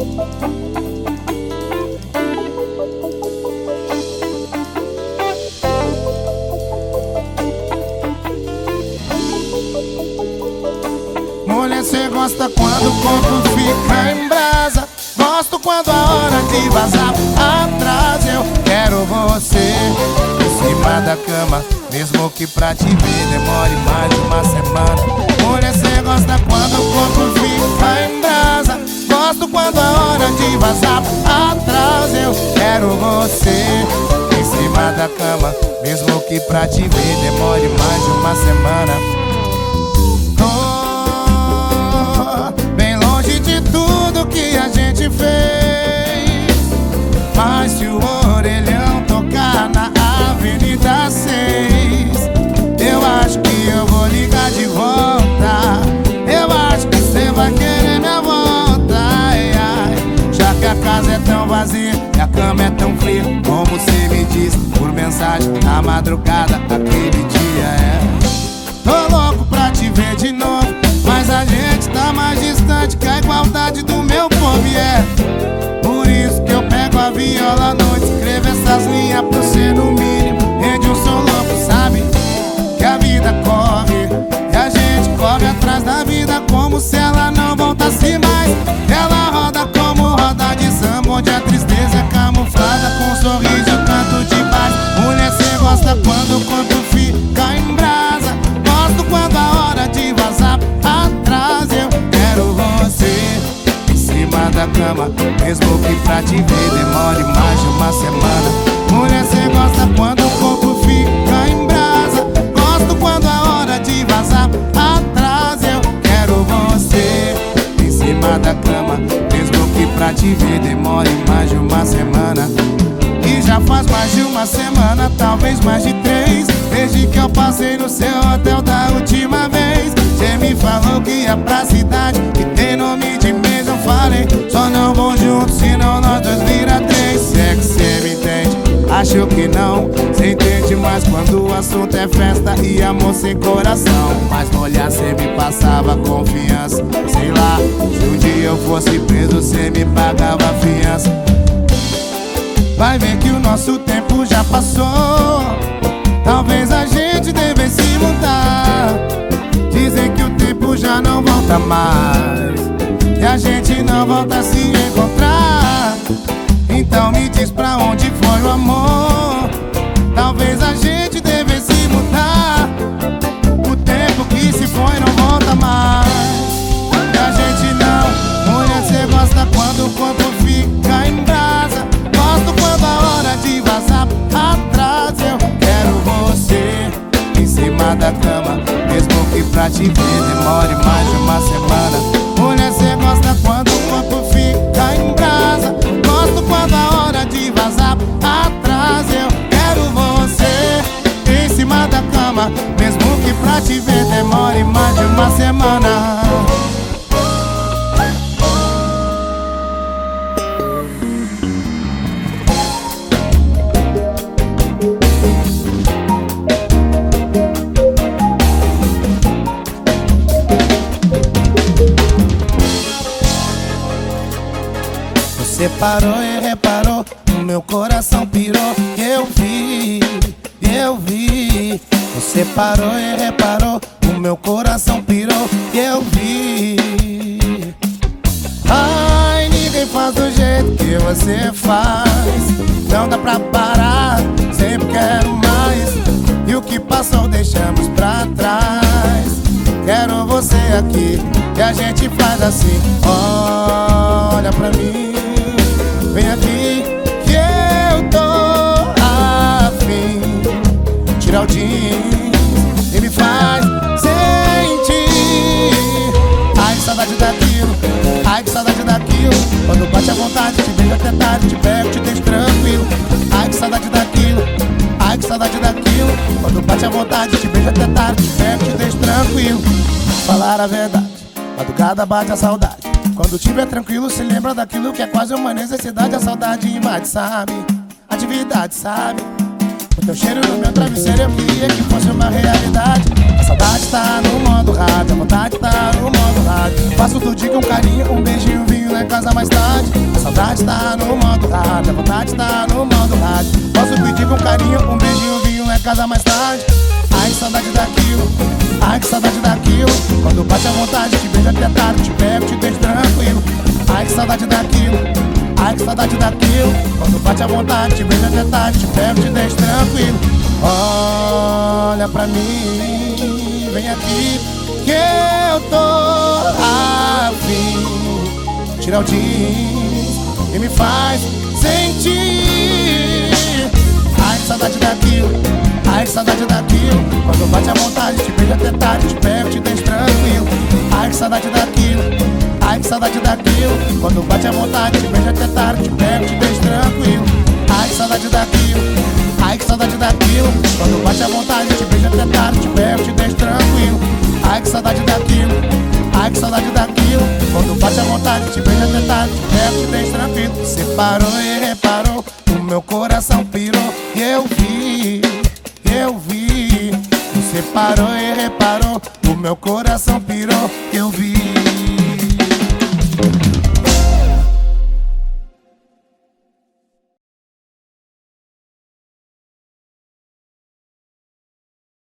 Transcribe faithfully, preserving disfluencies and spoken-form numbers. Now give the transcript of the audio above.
Mulher, cê gosta quando o corpo fica em brasa. Gosto quando a hora de vazar atrás. Eu quero você em cima da cama, mesmo que pra te ver demore mais de uma semana. Mulher, cê gosta quando o corpo fica em brasa. Gosto quando a hora de vazar atrás. Eu quero você em cima da cama, mesmo que pra te ver demore mais de uma semana. Que a gente fez, mas se o orelhão tocar na Avenida seis, eu acho que eu vou ligar de volta. Eu acho que cê vai querer minha volta, ai, ai. Já que a casa é tão vazia e a cama é tão fria, como cê me disse por mensagem na madrugada aquele dia, é. Tô louco pra te ver de novo, mas a gente tá mais distante que a igualdade do meu povo, e é por isso que eu pego a viola à noite, escrevo essas linhas pro ser no mínimo rende um som louco, sabe? Que a vida corre e a gente corre atrás da vida como se ela não voltasse mais. Ela roda como roda de samba, onde a tristeza é camuflada com um sorriso e um canto de paz. Mulher, cê gosta quando o corpo fica em brasa. Gosto quando a hora de vazar atrás. Eu quero você em cima da cama, mesmo que pra te ver demore mais de uma semana. Mulher, cê gosta quando o corpo fica em brasa. Gosto quando a hora de vazar atrás. Eu quero você em cima da cama, mesmo que pra te ver demore mais de uma semana. E já faz mais de uma semana, talvez mais de três, desde que eu passei no seu hotel da última vez. Cê me falou que ia pra cidade, que tem nome de mês. Eu falei, só não vou junto, senão nós dois vira três. Se é que cê me entende, acho que não. Cê entende mais quando o assunto é festa e amor sem coração. Mas no olhar cê me passava confiança. Sei lá, se um dia eu fosse preso, cê me pagava fiança. Vai ver que o nosso tempo já passou, talvez a gente devesse mudar. Dizem que o tempo já não volta mais, e a gente não volta a se encontrar. Então me diz pra onde foi o amor, talvez a gente devesse mudar. O tempo que se foi não volta mais, e a gente não. Mulher, cê gosta quando o corpo fica em brasa. Gosto quando a hora de vazar atrás. Eu quero você em cima da cama, mesmo que pra te ver demore mais de uma semana. Mulher, cê gosta quando o corpo fica em brasa. Gosto quando a hora de vazar atrás. Eu quero você em cima da cama, mesmo que pra te ver demore mais de uma semana. Você parou e reparou, o meu coração pirou. Eu vi, eu vi. Você parou e reparou, o meu coração pirou. Eu vi. Ai, ninguém faz do jeito que você faz. Não dá pra parar, sempre quero mais. E o que passou deixamos pra trás. Quero você aqui, e a gente faz assim. Olha pra mim, vem aqui que eu tô afim. Tira o jeans e me faz sentir. Ai, que saudade daquilo, ai, que saudade daquilo. Quando bate a vontade, te vejo até tarde, te pego, te deixo tranquilo. Ai, que saudade daquilo, ai, que saudade daquilo. Quando bate a vontade, te vejo até tarde, te pego, te deixo tranquilo. Falar a verdade, madrugada bate a saudade. Quando tiver tranquilo, se lembra daquilo que é quase uma necessidade. A saudade invade, sabe? Atividade, sabe? O teu cheiro no meu travesseiro, eu queria que fosse uma realidade. A saudade tá no modo rádio, a vontade tá no modo rádio. Faço tudo com carinho, um beijinho, um vinho na casa mais tarde. A saudade tá no modo rádio, a vontade tá no modo rádio. Posso pedir com carinho, um beijinho, vinho é casa mais tarde. Ai que saudade daquilo, ai que saudade daquilo. Quando bate a vontade, te beijo até tarde, te pego, te deixo tranquilo. Ai que saudade daquilo, ai que saudade daquilo. Quando bate a vontade, te beijo até tarde, te pego, te deixo tranquilo. Olha pra mim, vem aqui que eu tô afim. Tira o jeans e me faz sentir. Ai que saudade daquilo, ai que saudade daquilo. Quando bate a vontade, te beijo até tarde, te pego, te deixo tranquilo. Ai que saudade daquilo, ai que saudade daquilo. Quando bate a vontade, te beijo até tarde, te pego, te deixo tranquilo. Ai que saudade daquilo, ai que saudade daquilo. Quando bate a vontade, te beijo até tarde, te pego, te deixo tranquilo. Ai que saudade daquilo, ai que saudade daquilo. Quando bate a vontade, te beijo até tarde, te pego, te deixo tranquilo. Você parou e reparou, o meu coração pirou. E eu vi, eu vi. Você parou e reparou, o meu coração pirou. Eu